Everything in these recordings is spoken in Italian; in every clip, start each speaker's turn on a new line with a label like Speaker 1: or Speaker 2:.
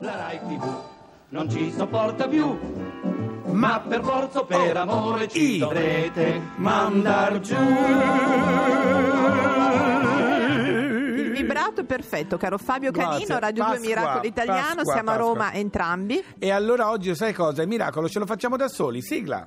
Speaker 1: La Rai TV non ci sopporta più, ma per forza o per amore ci dovrete mandar giù.
Speaker 2: Il vibrato è perfetto, caro Fabio Canino.
Speaker 3: Grazie.
Speaker 2: Radio 2 Miracolo Italiano. Siamo a Roma entrambi.
Speaker 3: E allora oggi sai cosa? Il miracolo ce lo facciamo da soli. Sigla.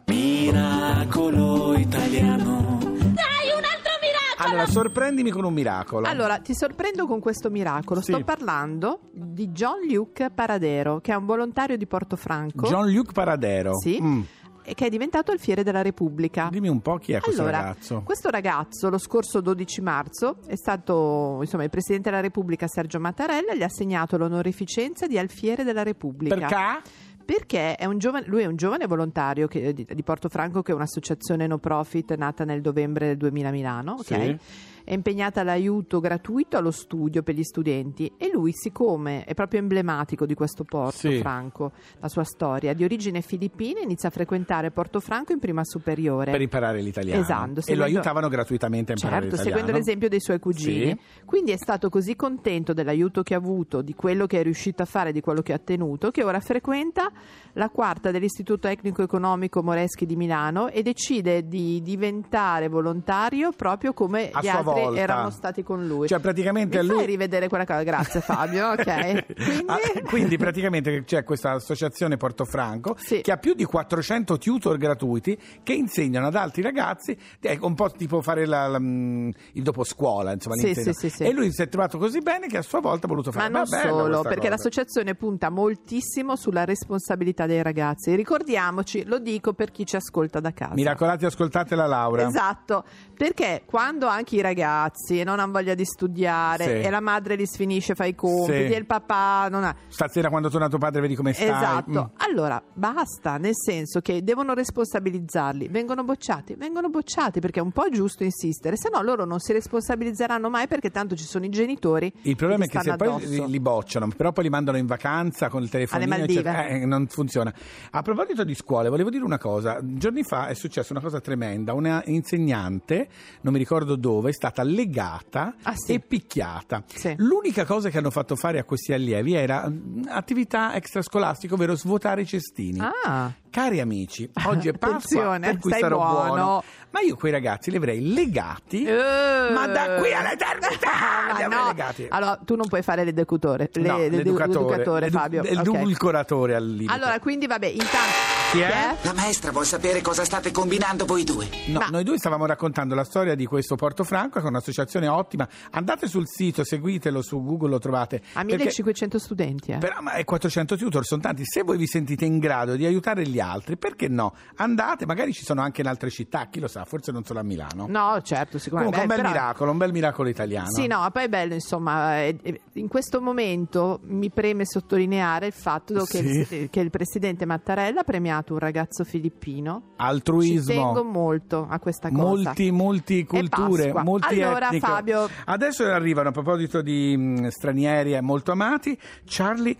Speaker 4: Miracolo italiano.
Speaker 5: Dai, un altro miracolo!
Speaker 3: Allora, sorprendimi con un miracolo.
Speaker 2: Allora, ti sorprendo con questo miracolo.
Speaker 3: Sì.
Speaker 2: Sto parlando di Jean-Luc Paradero, che è un volontario di Portofranco.
Speaker 3: Jean-Luc Paradero.
Speaker 2: Sì. E che è diventato alfiere della Repubblica.
Speaker 3: Dimmi un po' chi è questo ragazzo.
Speaker 2: Questo ragazzo lo scorso 12 marzo è stato, il Presidente della Repubblica Sergio Mattarella gli ha assegnato l'onorificenza di alfiere della Repubblica. Perché lui è un giovane volontario di Portofranco, che è un'associazione no profit nata nel novembre del 2000 a Milano, ok?
Speaker 3: Sì.
Speaker 2: È impegnata all'aiuto gratuito allo studio per gli studenti, e lui, siccome è proprio emblematico di questo Portofranco, la sua storia, di origine filippina, inizia a frequentare Portofranco in prima superiore
Speaker 3: Per imparare l'italiano.
Speaker 2: Esatto,
Speaker 3: e lo aiutavano gratuitamente a imparare l'italiano.
Speaker 2: seguendo l'esempio dei suoi cugini.
Speaker 3: Sì.
Speaker 2: Quindi è stato così contento dell'aiuto che ha avuto, di quello che è riuscito a fare, di quello che ha ottenuto, che ora frequenta la quarta dell'Istituto Tecnico Economico Moreschi di Milano e decide di diventare volontario proprio come
Speaker 3: A
Speaker 2: gli
Speaker 3: sua
Speaker 2: altri
Speaker 3: volta.
Speaker 2: erano stati con lui.
Speaker 3: Cioè praticamente
Speaker 2: Mi
Speaker 3: lui...
Speaker 2: fai rivedere quella cosa? Grazie Fabio, ok.
Speaker 3: Quindi praticamente c'è questa associazione Portofranco,
Speaker 2: Sì.
Speaker 3: che ha più di 400 tutor gratuiti che insegnano ad altri ragazzi, un po' tipo fare il doposcuola, insomma,
Speaker 2: Sì,
Speaker 3: l'insegnano.
Speaker 2: sì.
Speaker 3: E lui si è trovato così bene che a sua volta ha voluto fare.
Speaker 2: Ma non
Speaker 3: Bella
Speaker 2: solo,
Speaker 3: questa
Speaker 2: perché
Speaker 3: cosa.
Speaker 2: l'associazione punta moltissimo sulla responsabilità dei ragazzi. Ricordiamoci, lo dico per chi ci ascolta da casa.
Speaker 3: Miracolati, ascoltate la Laura.
Speaker 2: Esatto, perché quando anche i ragazzi non hanno voglia di studiare,
Speaker 3: Sì.
Speaker 2: e la madre li sfinisce, fa i compiti,
Speaker 3: Sì.
Speaker 2: e il papà non ha...
Speaker 3: Stasera quando torna tuo padre vedi come stai.
Speaker 2: Esatto, allora basta, nel senso che devono responsabilizzarli. Vengono bocciati perché è un po' giusto insistere, se no loro non si responsabilizzeranno mai, perché tanto ci sono i genitori.
Speaker 3: Il problema è
Speaker 2: che
Speaker 3: che se
Speaker 2: stanno
Speaker 3: poi
Speaker 2: addosso.
Speaker 3: li bocciano, però poi li mandano in vacanza con il telefonino,
Speaker 2: Alle Maldive.
Speaker 3: eccetera, non funziona. A proposito di scuole, volevo dire una cosa. Giorni fa è successa una cosa tremenda. Una insegnante, non mi ricordo dove, è stata legata
Speaker 2: Sì.
Speaker 3: e picchiata.
Speaker 2: Sì.
Speaker 3: L'unica cosa che hanno fatto fare a questi allievi era attività extrascolastiche, ovvero svuotare i cestini.
Speaker 2: Ah,
Speaker 3: Cari amici, oggi è Pasqua,
Speaker 2: attenzione,
Speaker 3: per cui
Speaker 2: stai
Speaker 3: sarò buono.
Speaker 2: Ma
Speaker 3: io quei ragazzi li avrei legati, ma da qui all'eternità li avrei
Speaker 2: no.
Speaker 3: legati.
Speaker 2: Allora tu non puoi fare l'educatore,
Speaker 3: No,
Speaker 2: l'educatore Fabio. Ok.
Speaker 3: L'edulcoratore al limite.
Speaker 2: Allora, quindi vabbè, intanto
Speaker 3: Chi è?
Speaker 4: La maestra vuol sapere cosa state combinando voi due.
Speaker 3: No,
Speaker 2: Ma-
Speaker 3: noi due stavamo raccontando la storia di questo Portofranco, che è un'associazione ottima. Andate sul sito, seguitelo su Google, lo trovate.
Speaker 2: a
Speaker 3: Perché-
Speaker 2: 1500 studenti.
Speaker 3: Però ma 400 tutor sono tanti. Se voi vi sentite in grado di aiutare gli altri, perché no? Andate, magari ci sono anche in altre città, chi lo sa, forse non solo a Milano.
Speaker 2: No, certo, sicuramente.
Speaker 3: Comunque
Speaker 2: Però-
Speaker 3: un bel miracolo italiano.
Speaker 2: Sì, no, ma poi è bello, insomma, in questo momento mi preme sottolineare il fatto
Speaker 3: Sì.
Speaker 2: che il presidente Mattarella ha premiato un ragazzo filippino.
Speaker 3: Altruismo.
Speaker 2: Ci tengo molto a questa cosa.
Speaker 3: Multi culture,
Speaker 2: Pasqua.
Speaker 3: multi
Speaker 2: Allora,
Speaker 3: etniche.
Speaker 2: Fabio.
Speaker 3: Adesso arrivano, a proposito di stranieri e molto amati, Charlie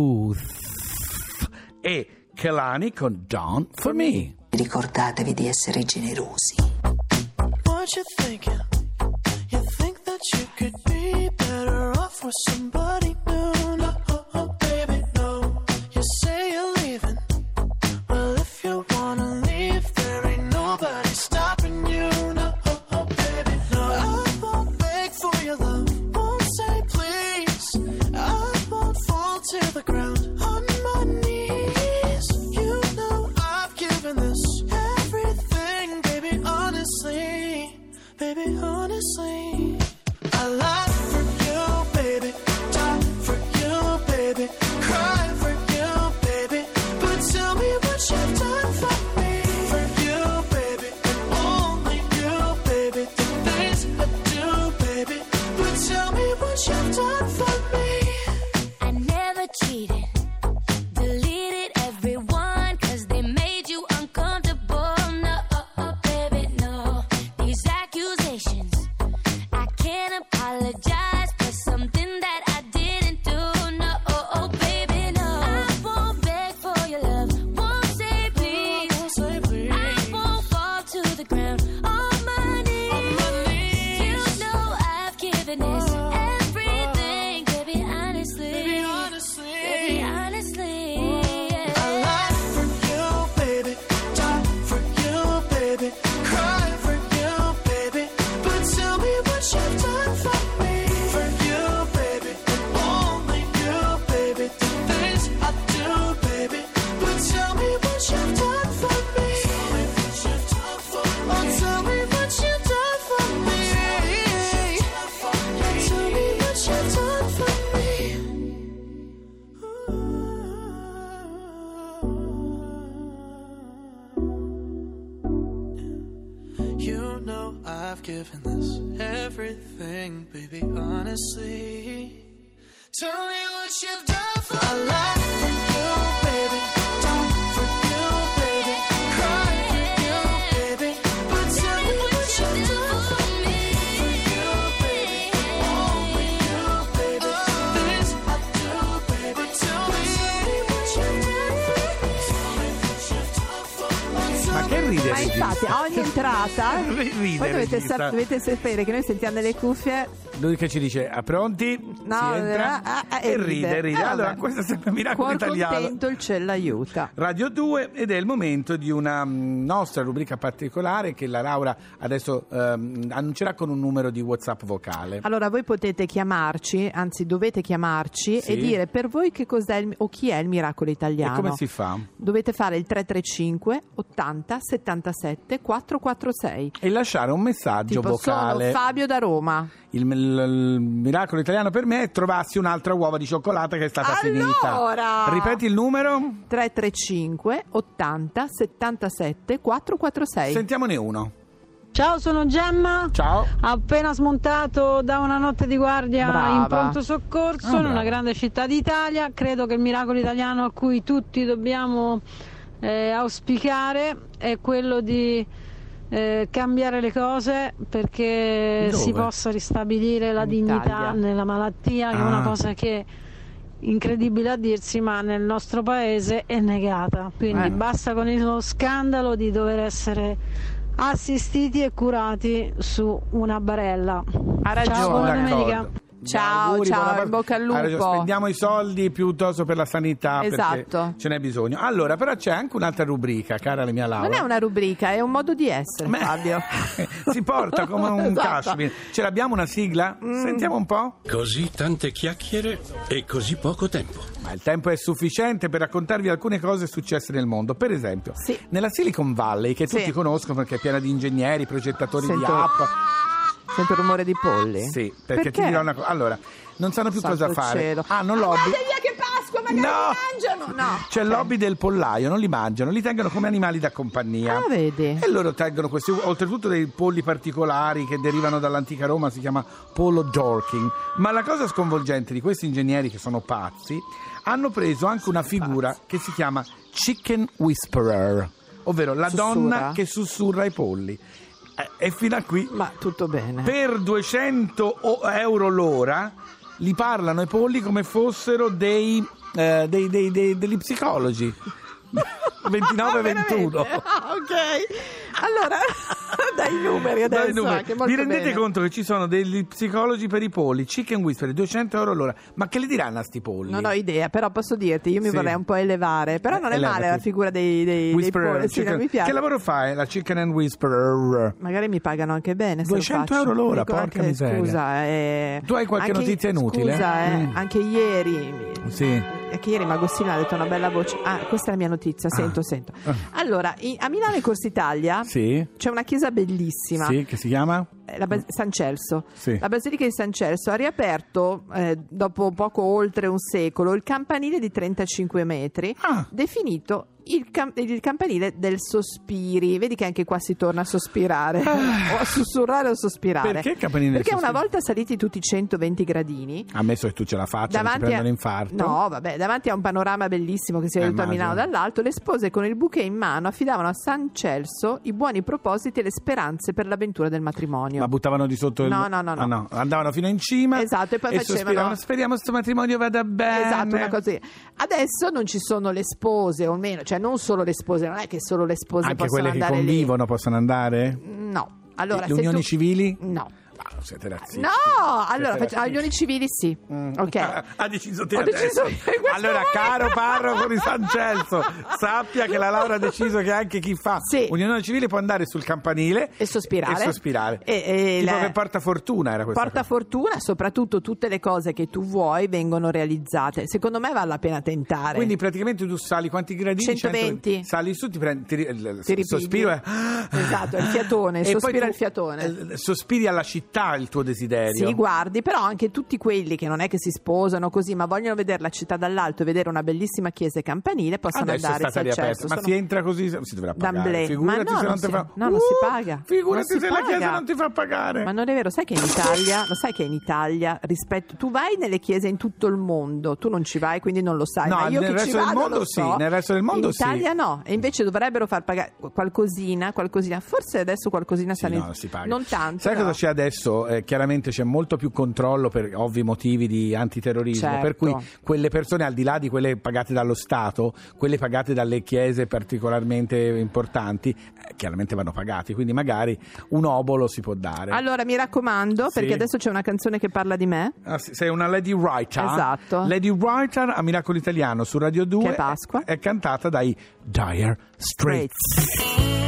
Speaker 3: Puth e Kelani con Done for Me.
Speaker 6: Ricordatevi di essere generosi.
Speaker 7: What you thinking? You think that you could be better off with somebody new? No, baby, no. You say you're leaving. Well, if you wanna leave, there ain't nobody stopping you. No, baby, no. I won't beg for your love. Won't say please. I won't fall to the ground on my knees. You know I've given this everything, baby, honestly. Baby, honestly, I lie for you, baby. Die for you, baby. Cry for you, baby. But tell me what you've done for me. For you, baby. And only you, baby. The things I do, baby. But tell me what you've done for me.
Speaker 5: I never cheated, deleted everyone, 'cause they made you uncomfortable. No, baby, no. These accusations, I can't apologize for something that I didn't do. No, baby, no. I won't beg for your love, won't say please.
Speaker 7: Don't say please.
Speaker 5: I won't fall to the ground on my knees.
Speaker 7: On my knees.
Speaker 5: You know I've given this everything, baby, honestly.
Speaker 7: Baby, honestly.
Speaker 5: Baby,
Speaker 7: giving this everything, baby, honestly. Tell me what you've done for a life for you, baby. Done for you, baby. Cry for you, baby. But tell me what you've done for me. For you, baby. Oh, for you, baby. This I do, baby. Tell me what you've done for me. Tell me what you've done for me.
Speaker 3: Ma che ride?
Speaker 2: Ma infatti a ogni entrata
Speaker 3: Ride,
Speaker 2: poi
Speaker 3: regista.
Speaker 2: dovete sapere che noi sentiamo nelle cuffie.
Speaker 3: Lui che ci dice, pronti?
Speaker 2: No,
Speaker 3: si entra e ride. Allora,
Speaker 2: vabbè.
Speaker 3: questo è sempre Miracolo
Speaker 2: Cuor
Speaker 3: Italiano.
Speaker 2: contento, il cielo aiuta.
Speaker 3: Radio 2, ed è il momento di una nostra rubrica particolare che la Laura adesso annuncerà con un numero di WhatsApp vocale.
Speaker 2: Allora voi potete chiamarci, anzi dovete chiamarci
Speaker 3: Sì.
Speaker 2: e dire per voi che cos'è o chi è il Miracolo Italiano.
Speaker 3: E come si fa?
Speaker 2: Dovete fare il 335 80 77 446.
Speaker 3: E lasciare un messaggio
Speaker 2: Tipo
Speaker 3: vocale.
Speaker 2: sono Fabio da Roma.
Speaker 3: Il miracolo italiano per me è trovassi un'altra uova di cioccolata che è stata
Speaker 2: Allora!
Speaker 3: finita. Ripeti il numero?
Speaker 2: 335 80 77 446.
Speaker 3: Sentiamone uno.
Speaker 8: Ciao, sono Gemma.
Speaker 3: Ciao.
Speaker 8: Appena smontato da una notte di guardia
Speaker 2: Brava.
Speaker 8: in pronto soccorso in
Speaker 3: brava.
Speaker 8: una grande città d'Italia. Credo che il miracolo italiano a cui tutti dobbiamo auspicare è quello di cambiare le cose perché
Speaker 3: Dove?
Speaker 8: si possa ristabilire la
Speaker 2: In
Speaker 8: dignità
Speaker 2: Italia.
Speaker 8: nella malattia, che è una cosa che incredibile a dirsi, ma nel nostro paese è negata. Quindi basta con lo scandalo di dover essere assistiti e curati su una barella.
Speaker 2: Ha ragione.
Speaker 8: Ciao, buona domenica.
Speaker 3: D'accordo.
Speaker 2: Ciao,
Speaker 3: Auguri,
Speaker 2: ciao,
Speaker 3: buona
Speaker 2: in bocca al
Speaker 3: Ha ragione,
Speaker 2: lupo.
Speaker 3: spendiamo i soldi piuttosto per la sanità,
Speaker 2: Esatto.
Speaker 3: perché ce n'è bisogno. Allora, però c'è anche un'altra rubrica, cara la mia Laura.
Speaker 2: Non è una rubrica, è un modo di essere, Fabio.
Speaker 3: Si porta come un
Speaker 2: Esatto.
Speaker 3: cashmere. Ce l'abbiamo una sigla? Sentiamo un po'.
Speaker 9: Così tante chiacchiere e così poco tempo.
Speaker 3: Ma il tempo è sufficiente per raccontarvi alcune cose successe nel mondo. Per esempio,
Speaker 2: Sì.
Speaker 3: nella Silicon Valley, che tutti
Speaker 2: Sì.
Speaker 3: conoscono perché è piena di ingegneri, progettatori di
Speaker 2: Sento-
Speaker 3: app.
Speaker 2: Sento il rumore di polli.
Speaker 3: Sì, perché ti dirò una cosa. Allora, non sanno più
Speaker 2: Santo
Speaker 3: cosa fare.
Speaker 2: cielo.
Speaker 3: Hanno lobby.
Speaker 2: Andate via che Pasqua, magari
Speaker 3: No.
Speaker 2: li mangiano. No.
Speaker 3: C'è il lobby del pollaio, non li mangiano, li tengono come animali da compagnia.
Speaker 2: Ah, vedi.
Speaker 3: E loro tengono questi, oltretutto dei polli particolari che derivano dall'antica Roma, si chiama pollo Dorking. Ma la cosa sconvolgente di questi ingegneri che sono pazzi, hanno preso anche una figura che si chiama Chicken Whisperer, ovvero la
Speaker 2: Sussurra?
Speaker 3: donna che sussurra ai polli. E fino a qui,
Speaker 2: Ma tutto bene.
Speaker 3: per 200 euro l'ora, li parlano i polli come fossero degli psicologi. 29-21.
Speaker 2: Ah, ok. Allora, dai i numeri adesso.
Speaker 3: Dai, numeri.
Speaker 2: Che molto
Speaker 3: Vi rendete
Speaker 2: bene.
Speaker 3: conto che ci sono degli psicologi per i polli, Chicken Whisperer, 200 euro l'ora? Ma che li diranno a sti polli?
Speaker 2: Non ho idea, però posso dirti, io mi
Speaker 3: Sì.
Speaker 2: vorrei un po' elevare. Però non è
Speaker 3: Elevati.
Speaker 2: male la figura dei
Speaker 3: Whisperer,
Speaker 2: polli. Sì,
Speaker 3: chicken-
Speaker 2: non mi piace.
Speaker 3: Che lavoro fai? La Chicken and Whisperer.
Speaker 2: Magari mi pagano anche bene. se lo
Speaker 3: 200
Speaker 2: faccio.
Speaker 3: euro l'ora,
Speaker 2: Dico
Speaker 3: porca
Speaker 2: anche,
Speaker 3: miseria.
Speaker 2: Scusa,
Speaker 3: Tu hai qualche
Speaker 2: anche-
Speaker 3: notizia inutile?
Speaker 2: Scusa,
Speaker 3: Mm.
Speaker 2: anche ieri.
Speaker 3: Sì.
Speaker 2: Che ieri Magostino ha detto una bella voce. Ah, questa è la mia notizia, sento. Allora, a Milano e Corso Italia
Speaker 3: Sì.
Speaker 2: c'è una chiesa bellissima.
Speaker 3: Sì, che si chiama?
Speaker 2: San Celso.
Speaker 3: Sì.
Speaker 2: La Basilica di San Celso ha riaperto dopo poco oltre un secolo il campanile di 35 metri, definito il campanile del sospiri. Vedi che anche qua si torna a sospirare o a sussurrare o sospirare.
Speaker 3: Perché il campanile del
Speaker 2: Perché una
Speaker 3: sospiri?
Speaker 2: volta saliti tutti i 120 gradini,
Speaker 3: Ammesso che tu ce la faccia, non ti prendono infarto.
Speaker 2: no, vabbè, davanti a un panorama bellissimo che si vede tutto a Milano
Speaker 3: immagino.
Speaker 2: dall'alto, le spose con il bouquet in mano affidavano a San Celso i buoni propositi e le speranze per l'avventura del matrimonio.
Speaker 3: Ma buttavano di sotto il...
Speaker 2: No.
Speaker 3: Ah, no. Andavano fino in cima.
Speaker 2: Esatto, e poi facevano-
Speaker 3: sospiravano, speriamo sto matrimonio vada bene.
Speaker 2: Esatto, una cosa così. Adesso non ci sono le spose, o almeno, cioè non solo le spose, non è che solo le spose
Speaker 3: Anche
Speaker 2: possono
Speaker 3: quelle che
Speaker 2: andare
Speaker 3: convivono possono andare?
Speaker 2: lì. No. Allora,
Speaker 3: Le
Speaker 2: se
Speaker 3: unioni
Speaker 2: tu-
Speaker 3: civili?
Speaker 2: No.
Speaker 3: Ah, siete razzisti.
Speaker 2: No, allora
Speaker 3: Siete
Speaker 2: agli unioni civili sì. Ok.
Speaker 3: Ha deciso te
Speaker 2: Ho
Speaker 3: adesso.
Speaker 2: deciso io in questo
Speaker 3: Allora,
Speaker 2: momento.
Speaker 3: caro parroco di San Celso, sappia che la Laura ha deciso che anche chi fa
Speaker 2: Sì.
Speaker 3: unione civile può andare sul campanile
Speaker 2: E sospirare.
Speaker 3: E sospirare.
Speaker 2: E
Speaker 3: Tipo
Speaker 2: la-
Speaker 3: che porta fortuna era questa
Speaker 2: Porta
Speaker 3: cosa.
Speaker 2: fortuna, soprattutto tutte le cose che tu vuoi vengono realizzate. Secondo me vale la pena tentare.
Speaker 3: Quindi praticamente tu sali quanti gradini?
Speaker 2: 120.
Speaker 3: Sali su, ti prendi il
Speaker 2: Ti ripigli.
Speaker 3: sospiro è...
Speaker 2: Esatto, è il fiatone,
Speaker 3: E poi
Speaker 2: sospira
Speaker 3: tu,
Speaker 2: il fiatone.
Speaker 3: sospiri alla città fa il tuo desiderio.
Speaker 2: Sì, guardi, però anche tutti quelli che non è che si sposano così, ma vogliono vedere la città dall'alto e vedere una bellissima chiesa campanile, possono
Speaker 3: Adesso
Speaker 2: andare.
Speaker 3: è stata riaperta, ma si entra così, si dovrà pagare. Figurati se non ti fa.
Speaker 2: No, non si paga.
Speaker 3: Figurati se la chiesa non ti fa pagare.
Speaker 2: Ma non è vero, sai che in Italia, lo sai che in Italia rispetto, tu vai nelle chiese in tutto il mondo, tu non ci vai, quindi non lo sai.
Speaker 3: No,
Speaker 2: ma io
Speaker 3: nel
Speaker 2: che
Speaker 3: resto
Speaker 2: ci
Speaker 3: del
Speaker 2: vado,
Speaker 3: mondo
Speaker 2: lo
Speaker 3: sì,
Speaker 2: so.
Speaker 3: nel resto del mondo
Speaker 2: in
Speaker 3: sì.
Speaker 2: Italia no, e invece dovrebbero far pagare qualcosina, forse adesso qualcosina
Speaker 3: Sì, no, si paga.
Speaker 2: non tanto.
Speaker 3: Sai cosa c'è adesso? Chiaramente c'è molto più controllo per ovvi motivi di antiterrorismo,
Speaker 2: Certo.
Speaker 3: per cui quelle persone, al di là di quelle pagate dallo Stato, quelle pagate dalle chiese particolarmente importanti, chiaramente vanno pagati, quindi magari un obolo si può dare.
Speaker 2: Allora mi raccomando,
Speaker 3: Sì.
Speaker 2: perché adesso c'è una canzone che parla di me.
Speaker 3: Sei una Lady Writer.
Speaker 2: Esatto.
Speaker 3: Lady Writer a Miracolo Italiano su Radio 2
Speaker 2: Che è Pasqua.
Speaker 3: è cantata dai Dire Straits.